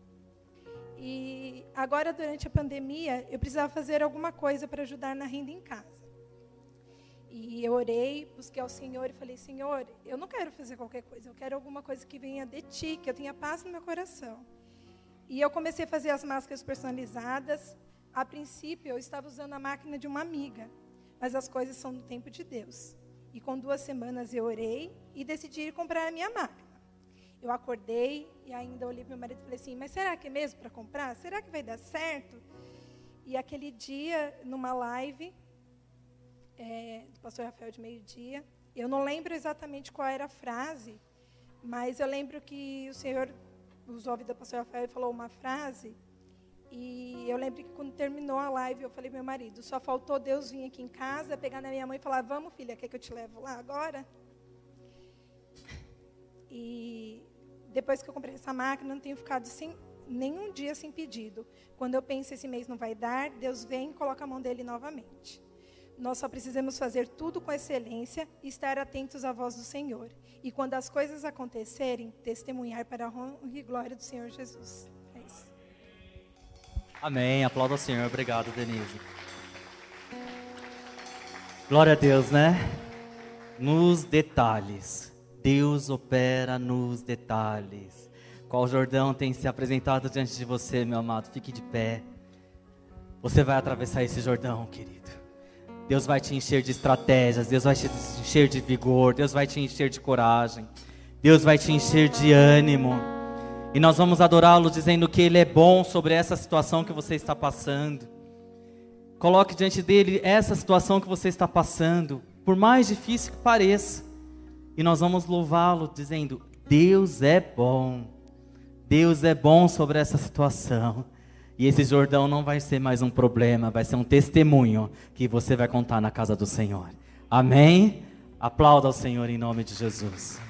E agora, durante a pandemia, eu precisava fazer alguma coisa para ajudar na renda em casa. E eu orei, busquei ao Senhor e falei, Senhor, eu não quero fazer qualquer coisa, eu quero alguma coisa que venha de Ti, que eu tenha paz no meu coração. E eu comecei a fazer as máscaras personalizadas. A princípio, eu estava usando a máquina de uma amiga, mas as coisas são no tempo de Deus. E com 2 semanas eu orei e decidi ir comprar a minha máquina. Eu acordei e ainda olhei para meu marido e falei assim, mas será que é mesmo para comprar? Será que vai dar certo? E aquele dia, numa live do pastor Rafael de meio-dia, eu não lembro exatamente qual era a frase, mas eu lembro que o Senhor usou a vida do pastor Rafael e falou uma frase, e eu lembro que quando terminou a live, eu falei para meu marido, só faltou Deus vir aqui em casa, pegar na minha mãe e falar, vamos filha, quer que eu te levo lá agora? E depois que eu comprei essa máquina, não tenho ficado nenhum dia sem pedido. Quando eu penso esse mês não vai dar, Deus vem e coloca a mão dele novamente. Nós só precisamos fazer tudo com excelência e estar atentos à voz do Senhor. E quando as coisas acontecerem, testemunhar para a honra e glória do Senhor Jesus. É isso. Amém. Aplauda ao Senhor. Obrigado, Denise. Glória a Deus, né? Nos detalhes. Deus opera nos detalhes. Qual Jordão tem se apresentado diante de você, meu amado? Fique de pé. Você vai atravessar esse Jordão, querido. Deus vai te encher de estratégias, Deus vai te encher de vigor, Deus vai te encher de coragem, Deus vai te encher de ânimo. E nós vamos adorá-lo dizendo que Ele é bom sobre essa situação que você está passando. Coloque diante dEle essa situação que você está passando, por mais difícil que pareça. E nós vamos louvá-lo dizendo, Deus é bom sobre essa situação. E esse Jordão não vai ser mais um problema, vai ser um testemunho que você vai contar na casa do Senhor. Amém? Aplauda ao Senhor em nome de Jesus.